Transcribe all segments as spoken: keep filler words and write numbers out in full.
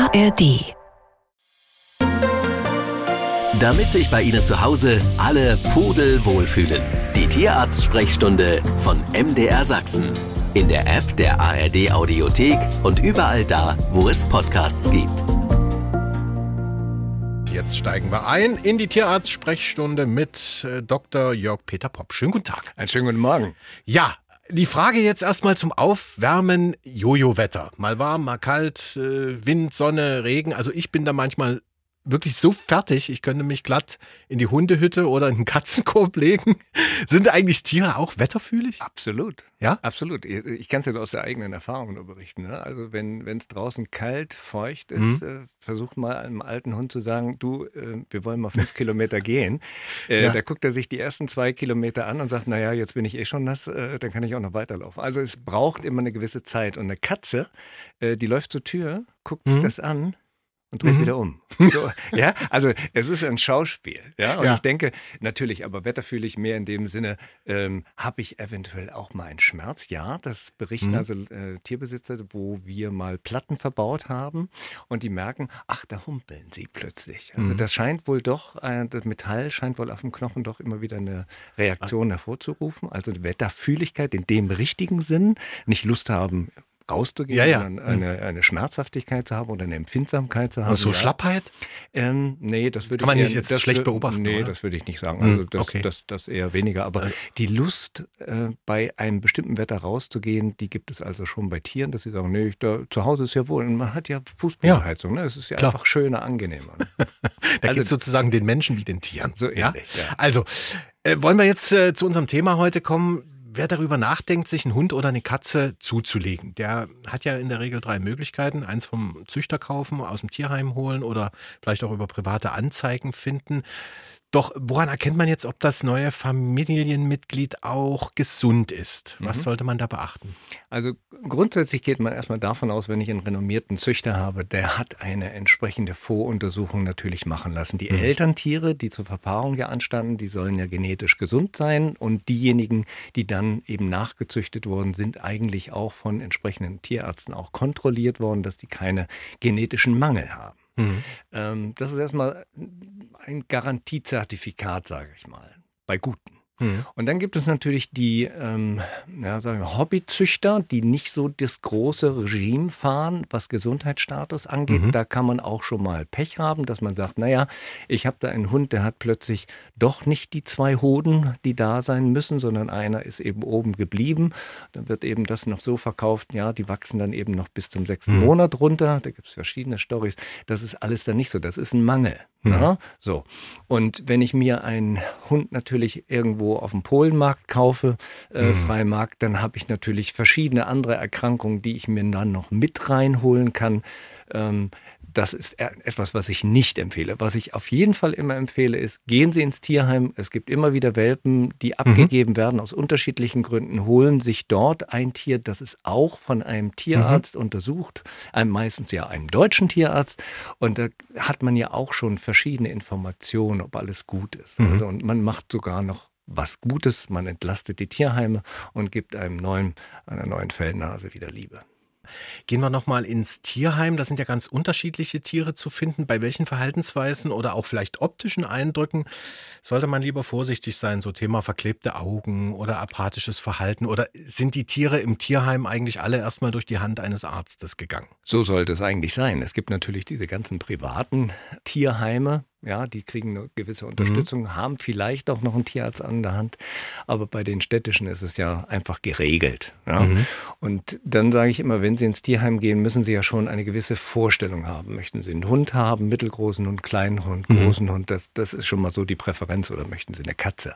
A R D. Damit sich bei Ihnen zu Hause alle Pudel wohlfühlen. Die Tierarzt-Sprechstunde von M D R Sachsen. In der App der A R D Audiothek und überall da, wo es Podcasts gibt. Jetzt steigen wir ein in die Tierarzt-Sprechstunde mit äh, Doktor Jörg Peter Popp. Schönen guten Tag. Einen schönen guten Morgen. Ja, die Frage jetzt erstmal zum Aufwärmen: Jojo-Wetter. Mal warm, mal kalt, äh, Wind, Sonne, Regen. Also ich bin da manchmal wirklich so fertig, ich könnte mich glatt in die Hundehütte oder in den Katzenkorb legen. Sind eigentlich Tiere auch wetterfühlig? Absolut. Ja? Absolut. Ich kann es ja aus der eigenen Erfahrung nur berichten. Ne? Also wenn es draußen kalt, feucht ist, mhm. äh, versucht mal einem alten Hund zu sagen, du, äh, wir wollen mal fünf Kilometer gehen. Äh, ja. Da guckt er sich die ersten zwei Kilometer an und sagt, naja, jetzt bin ich eh schon nass, äh, dann kann ich auch noch weiterlaufen. Also es braucht immer eine gewisse Zeit. Und eine Katze, äh, die läuft zur Tür, guckt mhm. sich das an und dreht mhm. wieder um. So, ja, also es ist ein Schauspiel. Ja, und ja. ich denke natürlich, aber wetterfühlig mehr in dem Sinne, ähm, habe ich eventuell auch mal einen Schmerz? Ja, das berichten mhm. also äh, Tierbesitzer, wo wir mal Platten verbaut haben und die merken, ach, da humpeln sie plötzlich. Also mhm. das scheint wohl doch, äh, das Metall scheint wohl auf dem Knochen doch immer wieder eine Reaktion hervorzurufen. Also Wetterfühligkeit in dem richtigen Sinn, nicht Lust haben, rauszugehen, ja, ja. sondern eine, eine Schmerzhaftigkeit zu haben oder eine Empfindsamkeit zu haben. Also so ja. Schlappheit? Ähm, nee, das würde ich Kann man eher, nicht jetzt das schlecht wür- beobachten? Nee, oder? das würde ich nicht sagen. Also das, okay. das, das eher weniger. Aber also, die Lust, äh, bei einem bestimmten Wetter rauszugehen, die gibt es also schon bei Tieren, dass sie sagen, nee, ich, da, zu Hause ist ja wohl. Und man hat ja Fußbodenheizung. Ne? Es ist ja Klar. einfach schöner, angenehmer. Ne? da also, geht es sozusagen den Menschen wie den Tieren. So ähnlich, ja? ja. Also, äh, wollen wir jetzt äh, zu unserem Thema heute kommen. Wer darüber nachdenkt, sich einen Hund oder eine Katze zuzulegen, der hat ja in der Regel drei Möglichkeiten. Eins vom Züchter kaufen, aus dem Tierheim holen oder vielleicht auch über private Anzeigen finden. Doch woran erkennt man jetzt, ob das neue Familienmitglied auch gesund ist? Was mhm. sollte man da beachten? Also grundsätzlich geht man erstmal davon aus, wenn ich einen renommierten Züchter habe, der hat eine entsprechende Voruntersuchung natürlich machen lassen. Die mhm. Elterntiere, die zur Verpaarung ja anstanden, die sollen ja genetisch gesund sein. Und diejenigen, die dann eben nachgezüchtet wurden, sind eigentlich auch von entsprechenden Tierärzten auch kontrolliert worden, dass die keine genetischen Mangel haben. Mhm. Ähm, das ist erstmal ein Garantiezertifikat, sage ich mal, bei guten. Mhm. Und dann gibt es natürlich die ähm, ja, sagen wir, Hobbyzüchter, die nicht so das große Regime fahren, was Gesundheitsstatus angeht. Mhm. Da kann man auch schon mal Pech haben, dass man sagt, naja, ich habe da einen Hund, der hat plötzlich doch nicht die zwei Hoden, die da sein müssen, sondern einer ist eben oben geblieben. Dann wird eben das noch so verkauft, ja, die wachsen dann eben noch bis zum sechsten mhm. Monat runter. Da gibt es verschiedene Storys. Das ist alles dann nicht so. Das ist ein Mangel. Mhm. Ja, so. Und wenn ich mir einen Hund natürlich irgendwo auf dem Polenmarkt kaufe, äh, mhm. Freimarkt, dann habe ich natürlich verschiedene andere Erkrankungen, die ich mir dann noch mit reinholen kann. Ähm, das ist etwas, was ich nicht empfehle. Was ich auf jeden Fall immer empfehle, ist, gehen Sie ins Tierheim. Es gibt immer wieder Welpen, die abgegeben mhm. werden aus unterschiedlichen Gründen, holen sich dort ein Tier, das ist auch von einem Tierarzt mhm. untersucht, einem, meistens ja einem deutschen Tierarzt. Und da hat man ja auch schon verschiedene Informationen, ob alles gut ist. Mhm. Also, und man macht sogar noch was Gutes, man entlastet die Tierheime und gibt einem neuen, einer neuen Fellnase wieder Liebe. Gehen wir nochmal ins Tierheim. Da sind ja ganz unterschiedliche Tiere zu finden. Bei welchen Verhaltensweisen oder auch vielleicht optischen Eindrücken sollte man lieber vorsichtig sein? So Thema verklebte Augen oder apathisches Verhalten. Oder sind die Tiere im Tierheim eigentlich alle erstmal durch die Hand eines Arztes gegangen? So sollte es eigentlich sein. Es gibt natürlich diese ganzen privaten Tierheime. Ja, die kriegen eine gewisse Unterstützung, mhm. haben vielleicht auch noch einen Tierarzt an der Hand, aber bei den städtischen ist es ja einfach geregelt. Ja? Mhm. Und dann sage ich immer, wenn Sie ins Tierheim gehen, müssen Sie ja schon eine gewisse Vorstellung haben. Möchten Sie einen Hund haben, mittelgroßen Hund, kleinen Hund, mhm. großen Hund, das, das ist schon mal so die Präferenz, oder möchten Sie eine Katze?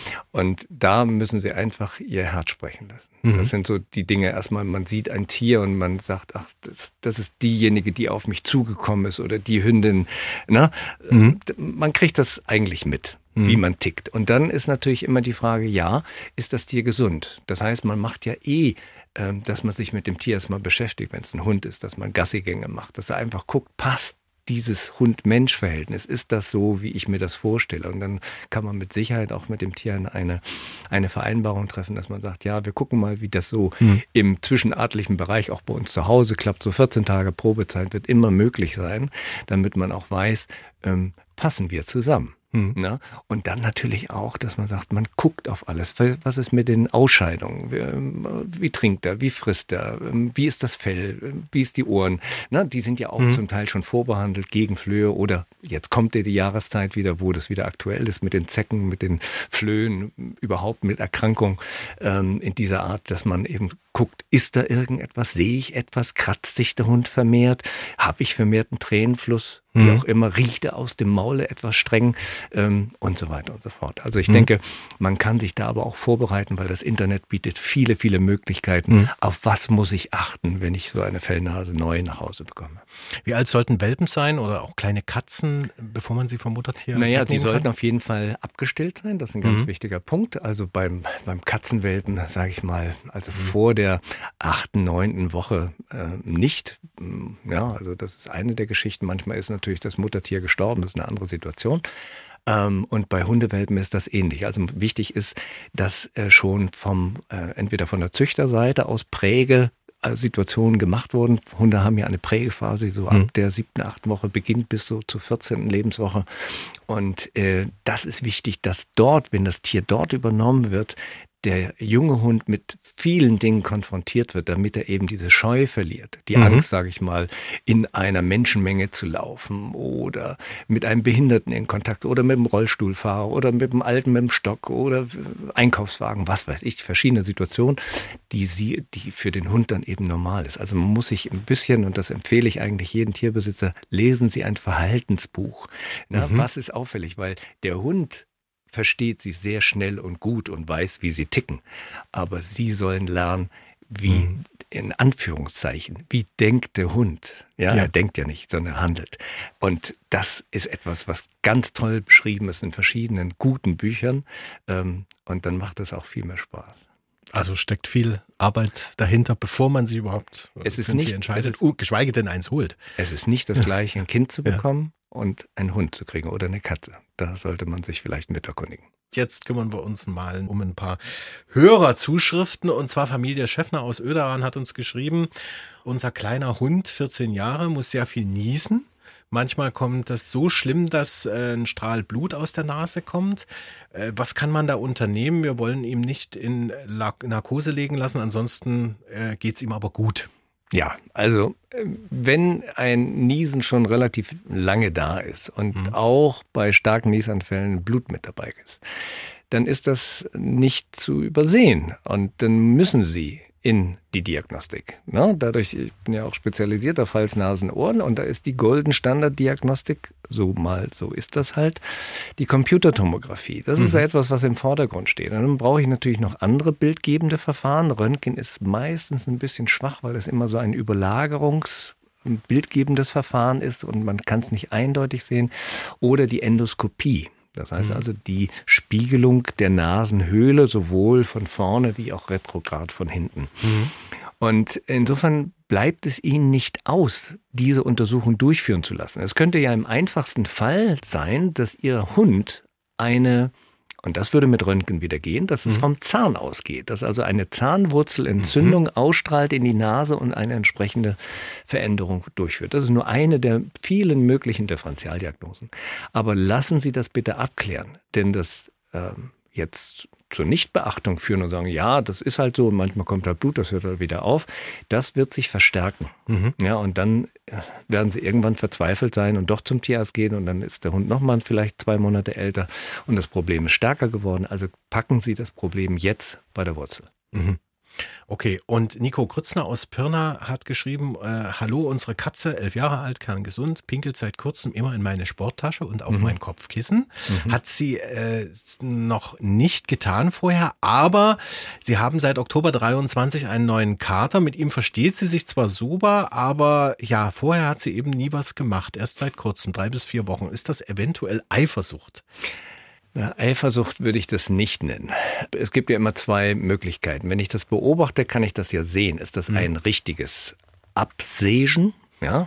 Und da müssen Sie einfach Ihr Herz sprechen lassen. Mhm. Das sind so die Dinge, erstmal, man sieht ein Tier und man sagt, ach, das, das ist diejenige, die auf mich zugekommen ist oder die Hündin, ne? Mhm. Man kriegt das eigentlich mit, mhm. wie man tickt. Und dann ist natürlich immer die Frage, ja, ist das Tier gesund? Das heißt, man macht ja eh, äh, dass man sich mit dem Tier erstmal beschäftigt, wenn es ein Hund ist, dass man Gassigänge macht, dass er einfach guckt, passt dieses Hund-Mensch-Verhältnis, ist das so, wie ich mir das vorstelle? Und dann kann man mit Sicherheit auch mit dem Tier eine, eine Vereinbarung treffen, dass man sagt, ja, wir gucken mal, wie das so mhm. im zwischenartlichen Bereich auch bei uns zu Hause klappt. So vierzehn Tage Probezeit wird immer möglich sein, damit man auch weiß, ähm, passen wir zusammen. Hm. Na? Und dann natürlich auch, dass man sagt, man guckt auf alles. Was ist mit den Ausscheidungen? Wie, wie trinkt er? Wie frisst er? Wie ist das Fell? Wie ist die Ohren? Na, die sind ja auch hm. zum Teil schon vorbehandelt gegen Flöhe oder jetzt kommt ja die Jahreszeit wieder, wo das wieder aktuell ist mit den Zecken, mit den Flöhen, überhaupt mit Erkrankungen ähm, in dieser Art, dass man eben guckt, ist da irgendetwas? Sehe ich etwas? Kratzt sich der Hund vermehrt? Habe ich vermehrten Tränenfluss? Wie mhm. auch immer, riecht er aus dem Maule etwas streng ähm, und so weiter und so fort. Also ich mhm. denke, man kann sich da aber auch vorbereiten, weil das Internet bietet viele, viele Möglichkeiten. Mhm. Auf was muss ich achten, wenn ich so eine Fellnase neu nach Hause bekomme? Wie alt sollten Welpen sein oder auch kleine Katzen, bevor man sie vom Muttertier Naja, die sollten kann? auf jeden Fall abgestillt sein. Das ist ein ganz mhm. wichtiger Punkt. Also beim, beim Katzenwelpen, sage ich mal, also mhm. vor der achten, neunten Woche äh, nicht. Ja, also das ist eine der Geschichten. Manchmal ist natürlich das Muttertier gestorben, das ist eine andere Situation. Ähm, und bei Hundewelpen ist das ähnlich. Also wichtig ist, dass äh, schon vom äh, entweder von der Züchterseite aus Prägesituationen gemacht wurden. Hunde haben ja eine Prägephase, so ab mhm. der siebten, achten Woche beginnt bis so zur vierzehnten Lebenswoche. Und äh, das ist wichtig, dass dort, wenn das Tier dort übernommen wird, der junge Hund mit vielen Dingen konfrontiert wird, damit er eben diese Scheu verliert. Die mhm. Angst, sage ich mal, in einer Menschenmenge zu laufen oder mit einem Behinderten in Kontakt oder mit einem Rollstuhlfahrer oder mit einem Alten mit dem Stock oder Einkaufswagen, was weiß ich, verschiedene Situationen, die, sie, die für den Hund dann eben normal ist. Also man muss sich ein bisschen, und das empfehle ich eigentlich jedem Tierbesitzer, lesen Sie ein Verhaltensbuch. Na, mhm. Was ist auffällig? Weil der Hund versteht sie sehr schnell und gut und weiß, wie sie ticken. Aber sie sollen lernen, wie, mhm. in Anführungszeichen, wie denkt der Hund? Ja, ja, er denkt ja nicht, sondern er handelt. Und das ist etwas, was ganz toll beschrieben ist in verschiedenen guten Büchern. Und dann macht es auch viel mehr Spaß. Also steckt viel Arbeit dahinter, bevor man sich überhaupt es ist nicht, entscheidet, es ist, geschweige denn eins holt. Es ist nicht das Gleiche, ein Kind zu bekommen. Ja. Und einen Hund zu kriegen oder eine Katze. Da sollte man sich vielleicht mit erkundigen. Jetzt kümmern wir uns mal um ein paar Hörerzuschriften. Und zwar Familie Schäffner aus Oederan hat uns geschrieben, unser kleiner Hund, vierzehn Jahre, muss sehr viel niesen. Manchmal kommt das so schlimm, dass äh, ein Strahl Blut aus der Nase kommt. Äh, was kann man da unternehmen? Wir wollen ihn nicht in La- Narkose legen lassen, ansonsten äh, geht es ihm aber gut. Ja, also wenn ein Niesen schon relativ lange da ist und mhm. auch bei starken Niesanfällen Blut mit dabei ist, dann ist das nicht zu übersehen und dann müssen Sie in die Diagnostik. Ne? Dadurch, ich bin ja auch spezialisiert auf Hals, Nasen, Ohren und da ist die Golden Standard Diagnostik, so mal, so ist das halt, die Computertomographie. Das mhm. ist ja etwas, was im Vordergrund steht. Und dann brauche ich natürlich noch andere bildgebende Verfahren. Röntgen ist meistens ein bisschen schwach, weil es immer so ein Überlagerungs- bildgebendes Verfahren ist und man kann es nicht eindeutig sehen. Oder die Endoskopie. Das heißt also die Spiegelung der Nasenhöhle, sowohl von vorne wie auch retrograd von hinten. Mhm. Und insofern bleibt es Ihnen nicht aus, diese Untersuchung durchführen zu lassen. Es könnte ja im einfachsten Fall sein, dass Ihr Hund eine, und das würde mit Röntgen wieder gehen, dass es mhm. vom Zahn ausgeht, dass also eine Zahnwurzelentzündung mhm. ausstrahlt in die Nase und eine entsprechende Veränderung durchführt. Das ist nur eine der vielen möglichen Differentialdiagnosen. Aber lassen Sie das bitte abklären, denn das ähm, jetzt zur Nichtbeachtung führen und sagen, ja, das ist halt so, und manchmal kommt da Blut, das hört halt wieder auf, das wird sich verstärken. Mhm. Ja, und dann werden sie irgendwann verzweifelt sein und doch zum Tierarzt gehen und dann ist der Hund nochmal vielleicht zwei Monate älter und das Problem ist stärker geworden. Also packen Sie das Problem jetzt bei der Wurzel. Mhm. Okay, und Nico Grützner aus Pirna hat geschrieben, äh, hallo, unsere Katze, elf Jahre alt, kerngesund, pinkelt seit kurzem immer in meine Sporttasche und auf mhm. mein Kopfkissen. Mhm. Hat sie äh, noch nicht getan vorher, aber sie haben seit Oktober dreiundzwanzig einen neuen Kater. Mit ihm versteht sie sich zwar super, aber ja, vorher hat sie eben nie was gemacht, erst seit kurzem, drei bis vier Wochen. Ist das eventuell Eifersucht? Na, Eifersucht würde ich das nicht nennen. Es gibt ja immer zwei Möglichkeiten. Wenn ich das beobachte, kann ich das ja sehen. Ist das ein richtiges Absägen? ja,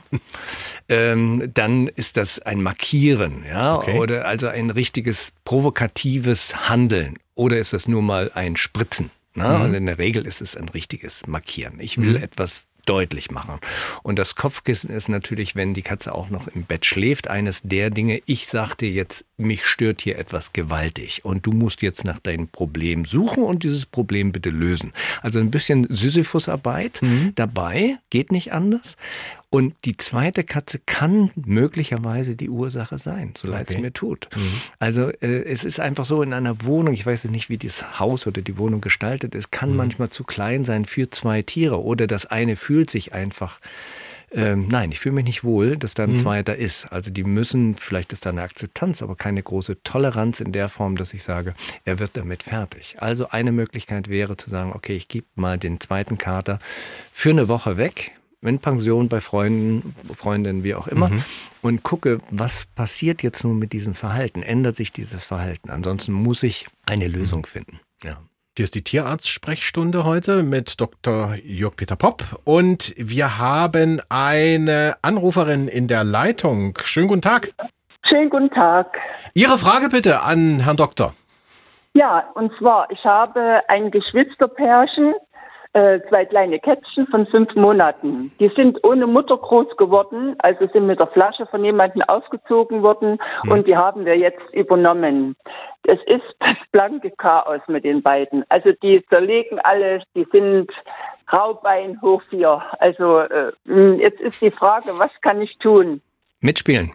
ähm, dann ist das ein Markieren, ja, okay. Oder also ein richtiges provokatives Handeln. Oder ist das nur mal ein Spritzen? Ne? Mhm. Und in der Regel ist es ein richtiges Markieren. Ich will mhm. etwas deutlich machen. Und das Kopfkissen ist natürlich, wenn die Katze auch noch im Bett schläft, eines der Dinge, ich sag dir jetzt, mich stört hier etwas gewaltig und du musst jetzt nach deinem Problem suchen und dieses Problem bitte lösen. Also ein bisschen Sisyphusarbeit mhm. dabei, geht nicht anders. Und die zweite Katze kann möglicherweise die Ursache sein, so leid okay. es mir tut. Mhm. Also äh, es ist einfach so, in einer Wohnung, ich weiß nicht, wie das Haus oder die Wohnung gestaltet ist, kann mhm. manchmal zu klein sein für zwei Tiere. Oder das eine fühlt sich einfach, ähm, nein, ich fühle mich nicht wohl, dass da ein mhm. zweiter ist. Also die müssen, vielleicht ist da eine Akzeptanz, aber keine große Toleranz in der Form, dass ich sage, er wird damit fertig. Also eine Möglichkeit wäre zu sagen, okay, ich gebe mal den zweiten Kater für eine Woche weg, in Pension bei Freunden, Freundinnen, wie auch immer, mhm. und gucke, was passiert jetzt nun mit diesem Verhalten? Ändert sich dieses Verhalten? Ansonsten muss ich eine Lösung finden. Ja. Hier ist die Tierarzt-Sprechstunde heute mit Doktor Jörg-Peter Popp und wir haben eine Anruferin in der Leitung. Schönen guten Tag. Schönen guten Tag. Ihre Frage bitte an Herrn Doktor. Ja, und zwar, ich habe ein Geschwisterpärchen, zwei kleine Kätzchen von fünf Monaten. Die sind ohne Mutter groß geworden, also sind mit der Flasche von jemandem aufgezogen worden hm. und die haben wir jetzt übernommen. Es ist das blanke Chaos mit den beiden. Also die zerlegen alles, die sind Raubein hoch vier. Also äh, jetzt ist die Frage, was kann ich tun? Mitspielen.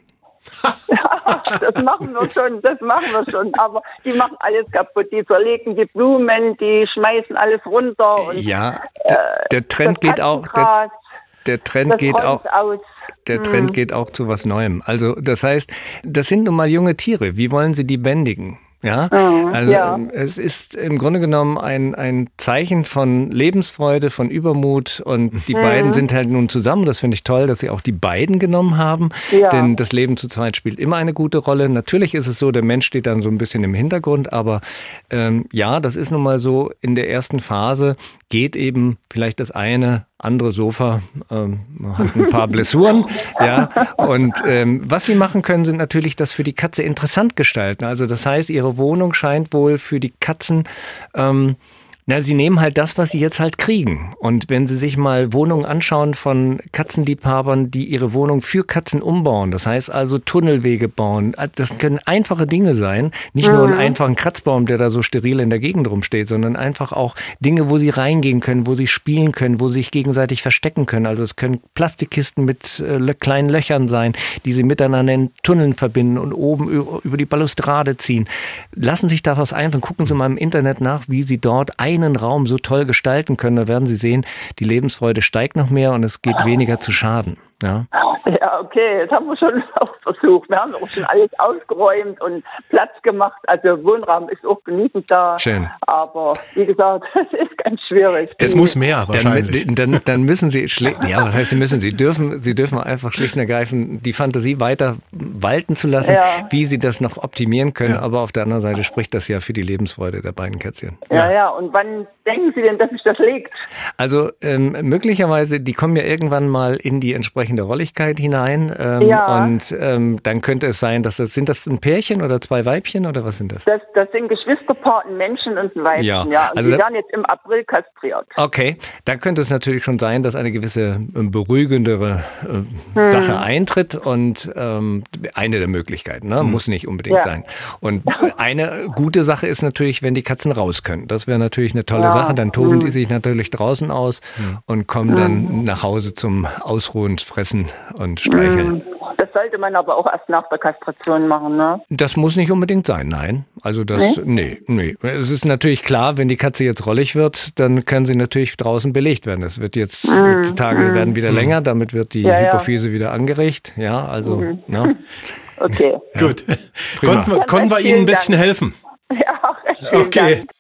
Ja, das machen wir schon, das machen wir schon. Aber die machen alles kaputt. Die zerlegen die Blumen, die schmeißen alles runter. Und, ja, der, der Trend geht auch. Der, der Trend geht auch. Aus. Der Trend hm. geht auch zu was Neuem. Also das heißt, das sind nun mal junge Tiere. Wie wollen Sie die bändigen? Ja, also ja. Es ist im Grunde genommen ein, ein Zeichen von Lebensfreude, von Übermut und die mhm. beiden sind halt nun zusammen. Das finde ich toll, dass Sie auch die beiden genommen haben, ja. denn das Leben zu zweit spielt immer eine gute Rolle. Natürlich ist es so, der Mensch steht dann so ein bisschen im Hintergrund, aber ähm, ja, das ist nun mal so, in der ersten Phase geht eben vielleicht das eine andere Sofa, ähm, hat ein paar Blessuren, ja. Und ähm, was sie machen können, sind natürlich das für die Katze interessant gestalten. Also das heißt, ihre Wohnung scheint wohl für die Katzen, ähm, na, sie nehmen halt das, was sie jetzt halt kriegen. Und wenn Sie sich mal Wohnungen anschauen von Katzenliebhabern, die ihre Wohnung für Katzen umbauen, das heißt also Tunnelwege bauen, das können einfache Dinge sein, nicht mhm. nur einen einfachen Kratzbaum, der da so steril in der Gegend rumsteht, sondern einfach auch Dinge, wo sie reingehen können, wo sie spielen können, wo sie sich gegenseitig verstecken können. Also es können Plastikkisten mit äh, kleinen Löchern sein, die sie miteinander in Tunneln verbinden und oben über, über die Balustrade ziehen. Lassen sich da was einfallen, gucken Sie mal im Internet nach, wie Sie dort ein einen Raum so toll gestalten können, da werden Sie sehen, die Lebensfreude steigt noch mehr und es geht weniger zu Schaden. Ja. Ja, okay, das haben wir schon auch versucht. Wir haben auch schon alles ausgeräumt und Platz gemacht. Also Wohnraum ist auch genügend da. Schön. Aber wie gesagt, es ist ganz schwierig. Es muss mehr wahrscheinlich. Dann, dann, dann müssen Sie, ja, was heißt Sie müssen? Sie dürfen, Sie dürfen einfach schlicht und ergreifend die Fantasie weiter walten zu lassen, ja. wie Sie das noch optimieren können. Ja. Aber auf der anderen Seite spricht das ja für die Lebensfreude der beiden Kätzchen. Ja, ja. ja. Und wann denken Sie denn, dass sich das legt? Also ähm, möglicherweise, die kommen ja irgendwann mal in die entsprechende Rolligkeit hinein ähm, ja. und ähm, dann könnte es sein, dass das, sind das ein Pärchen oder zwei Weibchen oder was sind das? Das, das sind Geschwisterpaar, ein Männchen und ein Weibchen, ja. ja. Und also die werden jetzt im April kastriert. Okay, dann könnte es natürlich schon sein, dass eine gewisse beruhigendere äh, hm. Sache eintritt und ähm, eine der Möglichkeiten, ne? Hm. muss nicht unbedingt ja. sein. Und eine gute Sache ist natürlich, wenn die Katzen raus können. Das wäre natürlich eine tolle ja. Sache. Dann toben hm. die sich natürlich draußen aus hm. und kommen hm. dann nach Hause zum Ausruhen, Fressen und Streicheln. Das sollte man aber auch erst nach der Kastration machen, ne? Das muss nicht unbedingt sein, nein. Also das, nee, nee. nee. Es ist natürlich klar, wenn die Katze jetzt rollig wird, dann können sie natürlich draußen belegt werden. Es wird jetzt, mm, die Tage mm. werden wieder länger, damit wird die ja, Hypophyse ja. wieder angeregt. Ja, also, mhm. ne? Okay. Ja. Gut. Konnten wir, konnten wir Ihnen ein bisschen Dank. helfen? Ja, vielen okay. Dank.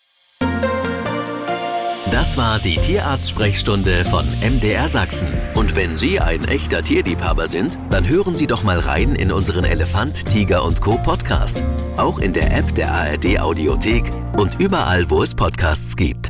Das war die Tierarzt-Sprechstunde von M D R Sachsen. Und wenn Sie ein echter Tierliebhaber sind, dann hören Sie doch mal rein in unseren Elefant, Tiger und Co. Podcast. Auch in der App der A R D Audiothek und überall, wo es Podcasts gibt.